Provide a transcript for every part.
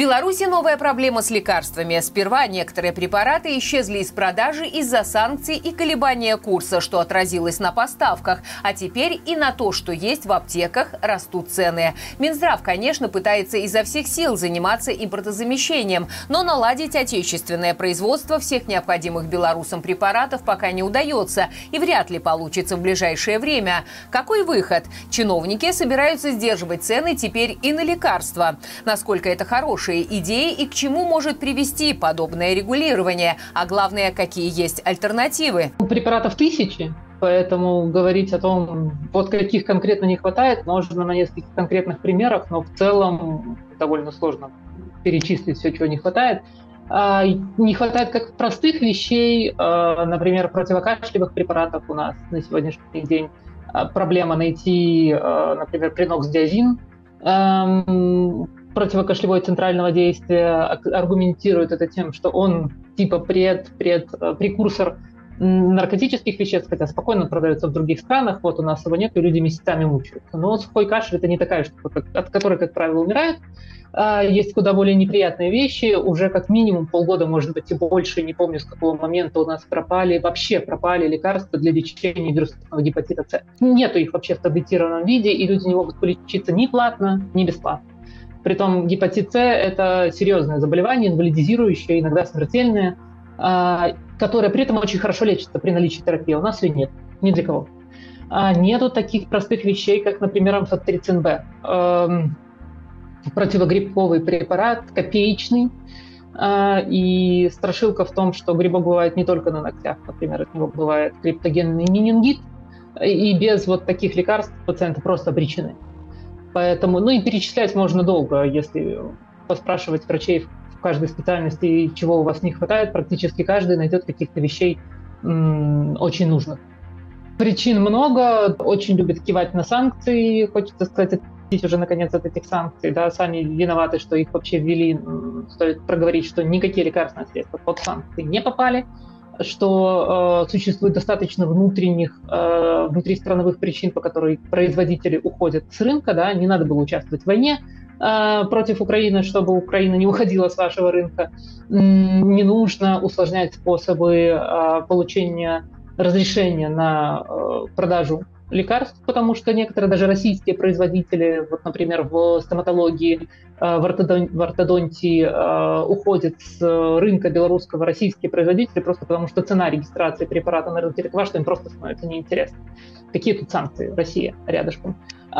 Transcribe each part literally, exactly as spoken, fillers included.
Беларуси новая проблема с лекарствами. Сперва некоторые препараты исчезли из продажи из-за санкций и колебания курса, что отразилось на поставках. А теперь и на то, что есть в аптеках, растут цены. Минздрав, конечно, пытается изо всех сил заниматься импортозамещением, но наладить отечественное производство всех необходимых белорусам препаратов пока не удается и вряд ли получится в ближайшее время. Какой выход? Чиновники собираются сдерживать цены теперь и на лекарства. Насколько это хорошая идеи и к чему может привести подобное регулирование, а главное, какие есть альтернативы. Препаратов тысячи, поэтому говорить о том, вот каких конкретно не хватает, можно на нескольких конкретных примерах, но в целом довольно сложно перечислить все, чего не хватает. Не хватает как простых вещей, например, противокашлевых препаратов у нас на сегодняшний день. Проблема найти, например, приноксдиазин, противокашлевой центрального действия, аргументирует это тем, что он типа пред, пред, прекурсор наркотических веществ, хотя спокойно продается в других странах, вот у нас его нет, и люди месяцами мучаются. Но сухой кашель – это не такая штука, от которой, как правило, умирают. Есть куда более неприятные вещи. Уже как минимум полгода, может быть, и больше, не помню, с какого момента у нас пропали, вообще пропали лекарства для лечения вирусного гепатита С. Нету их вообще в таблетированном виде, и люди не могут полечиться ни платно, ни бесплатно. Притом гепатит С – это серьезное заболевание, инвалидизирующее, иногда смертельное, которое при этом очень хорошо лечится при наличии терапии. У нас ее нет, ни для кого. Нету таких простых вещей, как, например, амфотерицин Б. Противогрибковый препарат, копеечный. И страшилка в том, что грибок бывает не только на ногтях. Например, от него бывает криптогенный менингит. И без вот таких лекарств пациенты просто обречены. Поэтому, ну и перечислять можно долго, если поспрашивать врачей в каждой специальности, чего у вас не хватает, практически каждый найдет каких-то вещей м- очень нужных. Причин много, очень любят кивать на санкции, хочется сказать, отойти уже наконец от этих санкций, да, сами виноваты, что их вообще ввели, стоит проговорить, что никакие лекарственные средства под санкции не попали, что э, существует достаточно внутренних, э, внутристрановых причин, по которым производители уходят с рынка, да, не надо было участвовать в войне э, против Украины, чтобы Украина не уходила с вашего рынка, не нужно усложнять способы э, получения разрешения на э, продажу лекарств, потому что некоторые даже российские производители, вот, например, в стоматологии, в ортодонтии уходят с рынка белорусского российские производители просто потому, что цена регистрации препарата на рынке такова, что им просто становится неинтересно. Какие тут санкции? Россия рядышком.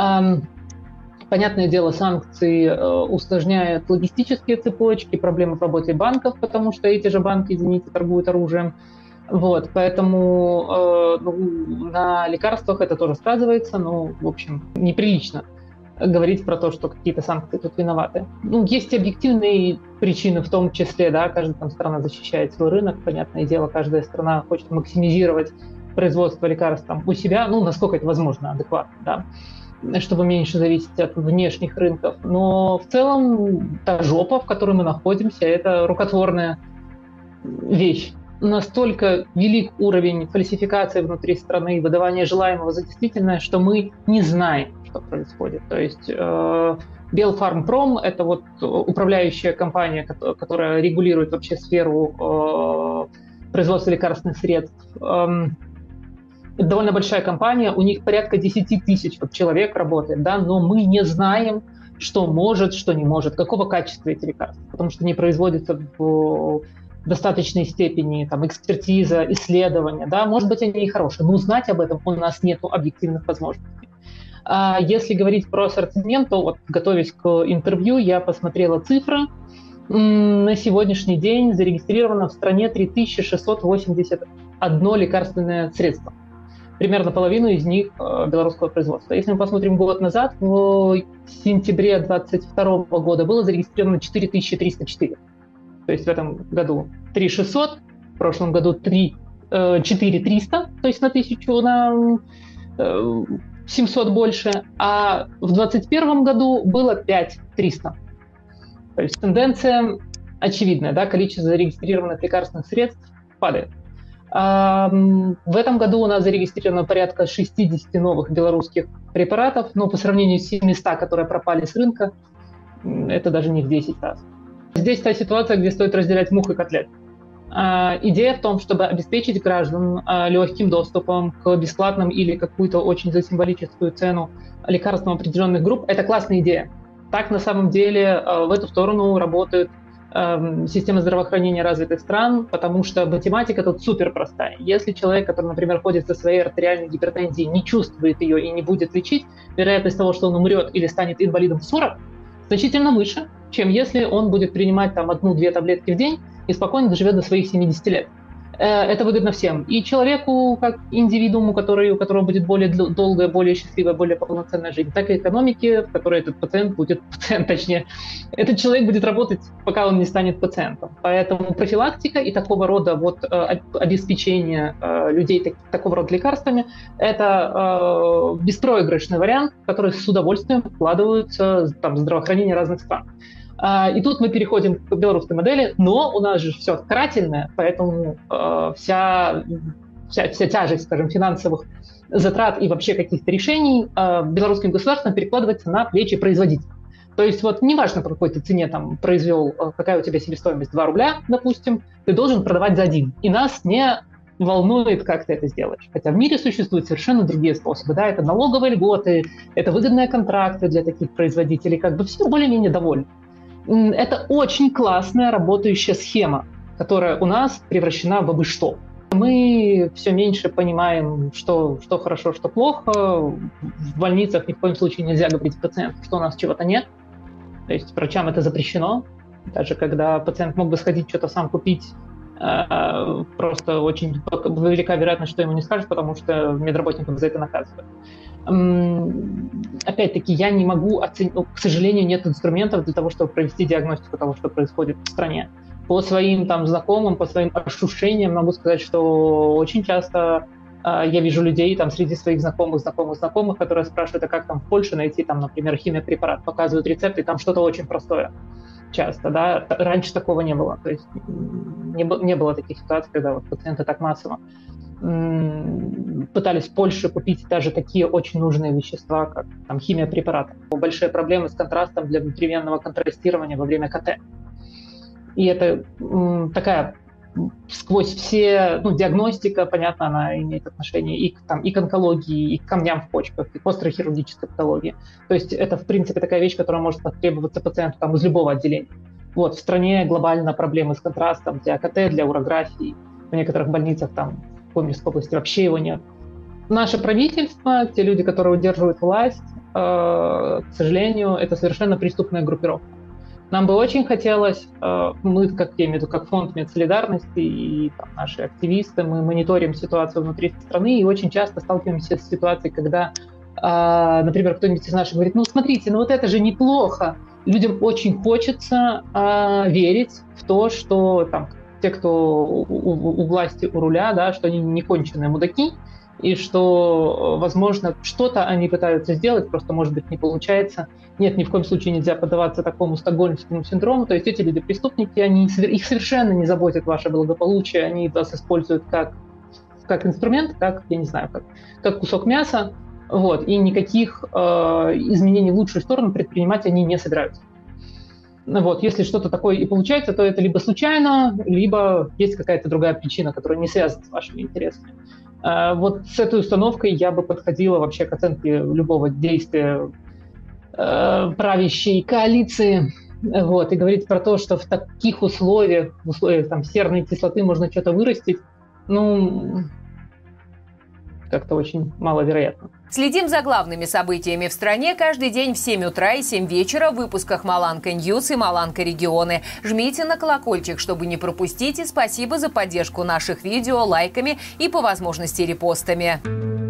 Понятное дело, санкции усложняют логистические цепочки, проблемы в работе банков, потому что эти же банки, извините, торгуют оружием. Вот, поэтому э, ну, на лекарствах это тоже сказывается, но, в общем, неприлично говорить про то, что какие-то санкции тут виноваты. Ну, есть объективные причины в том числе, да, каждая там страна защищает свой рынок, понятное дело, каждая страна хочет максимизировать производство лекарств там, у себя, ну, насколько это возможно, адекватно, да, чтобы меньше зависеть от внешних рынков. Но в целом та жопа, в которой мы находимся, это рукотворная вещь. Настолько велик уровень фальсификации внутри страны, выдавания желаемого за действительное, что мы не знаем, что происходит. То есть э, Белфармпром – это вот управляющая компания, которая регулирует вообще сферу э, производства лекарственных средств. Э, это довольно большая компания, у них порядка десять тысяч вот, человек работает, да, но мы не знаем, что может, что не может, какого качества эти лекарства, потому что не производится в в достаточной степени там, экспертиза, исследования, да, может быть, они и хорошие, но узнать об этом у нас нет объективных возможностей. А если говорить про ассортимент, то вот, готовясь к интервью, я посмотрела цифры. На сегодняшний день зарегистрировано в стране три тысячи шестьсот восемьдесят одно лекарственное средство. Примерно половину из них э, белорусского производства. Если мы посмотрим год назад, в сентябре две тысячи двадцать второго года было зарегистрировано четыре тысячи триста четыре. То есть в этом году три тысячи шестьсот, в прошлом году четыре тысячи триста, то есть на тысячу, на семьсот больше, а в двадцать первом году было пять тысяч триста. То есть тенденция очевидная, да, количество зарегистрированных лекарственных средств падает. А в этом году у нас зарегистрировано порядка шестьдесят новых белорусских препаратов, но по сравнению с семьюстами, которые пропали с рынка, это даже не в десять раз. Здесь та ситуация, где стоит разделять мух и котлет. Uh, идея в том, чтобы обеспечить граждан uh, легким доступом к бесплатным или какую-то очень за символическую цену лекарствам определенных групп, это классная идея. Так на самом деле uh, в эту сторону работает uh, система здравоохранения развитых стран, потому что математика тут супер простая. Если человек, который, например, ходит со своей артериальной гипертензией, не чувствует ее и не будет лечить, вероятность того, что он умрет или станет инвалидом в сорок, значительно выше, чем если он будет принимать там одну-две таблетки в день и спокойно доживет до своих семидесяти лет. Это выгодно всем. И человеку, как индивидууму, который, у которого будет более долгая, более счастливая, более полноценная жизнь, так и экономике, в которой этот пациент будет, пациент, точнее, этот человек будет работать, пока он не станет пациентом. Поэтому профилактика и такого рода вот, обеспечение людей так, такого рода лекарствами – это беспроигрышный вариант, в который с удовольствием вкладываются там, здравоохранение разных стран. И тут мы переходим к белорусской модели, но у нас же все карательное, поэтому э, вся, вся, вся тяжесть, скажем, финансовых затрат и вообще каких-то решений э, белорусским государством перекладывается на плечи производителя. То есть вот неважно, по какой ты цене там произвел, какая у тебя себестоимость, два рубля, допустим, ты должен продавать за один. И нас не волнует, как ты это сделаешь. Хотя в мире существуют совершенно другие способы. Да? Это налоговые льготы, это выгодные контракты для таких производителей. Как бы все более-менее довольны. Это очень классная работающая схема, которая у нас превращена в абы что. Мы все меньше понимаем, что, что хорошо, что плохо. В больницах ни в коем случае нельзя говорить пациенту, что у нас чего-то нет. То есть врачам это запрещено. Даже когда пациент мог бы сходить что-то сам купить, просто очень велика вероятность, что ему не скажут, потому что медработников за это наказывают. Опять-таки, я не могу оценить, к сожалению, нет инструментов для того, чтобы провести диагностику того, что происходит в стране. По своим там знакомым, по своим ощущениям могу сказать, что очень часто э, я вижу людей там среди своих знакомых, знакомых, знакомых, которые спрашивают, а как там в Польше найти, там, например, химиопрепарат, показывают рецепты, и там что-то очень простое. Часто, да, раньше такого не было, то есть не, не было таких ситуаций, когда вот пациенты так массово пытались в Польше купить даже такие очень нужные вещества, как там, химиопрепараты. Большие проблемы с контрастом для внутривенного контрастирования во время КТ. И это м, такая сквозь все, ну, диагностика, понятно, она имеет отношение и к, там, и к онкологии, и к камням в почках, и к острой хирургической патологии. То есть это, в принципе, такая вещь, которая может потребоваться пациенту там, из любого отделения. Вот, в стране глобально проблемы с контрастом для КТ, для урографии. В некоторых больницах там в Гомельской области вообще его нет. Наше правительство, те люди, которые удерживают власть, э, к сожалению, это совершенно преступная группировка. Нам бы очень хотелось, э, мы, как я имею в виду, как фонд медсолидарности и там, наши активисты, мы мониторим ситуацию внутри страны и очень часто сталкиваемся с ситуацией, когда, э, например, кто-нибудь из наших говорит, ну смотрите, ну вот это же неплохо. Людям очень хочется э, верить в то, что там, те, кто у, у, у власти, у руля, да, что они не конченые мудаки, и что, возможно, что-то они пытаются сделать, просто, может быть, не получается. Нет, ни в коем случае нельзя поддаваться такому стокгольмскому синдрому. То есть эти люди преступники, они, их совершенно не заботит ваше благополучие, они вас используют как, как инструмент, как, я не знаю, как, как кусок мяса, вот, и никаких э, изменений в лучшую сторону предпринимать они не собираются. Вот, если что-то такое и получается, то это либо случайно, либо есть какая-то другая причина, которая не связана с вашими интересами. Вот с этой установкой я бы подходила вообще к оценке любого действия правящей коалиции. Вот, и говорить про то, что в таких условиях, в условиях там, серной кислоты можно что-то вырастить, ну, как-то очень маловероятно. Следим за главными событиями в стране каждый день в семь утра и семь вечера в выпусках Маланка Ньюс и Маланка Регионы. Жмите на колокольчик, чтобы не пропустить, и спасибо за поддержку наших видео лайками и по возможности репостами.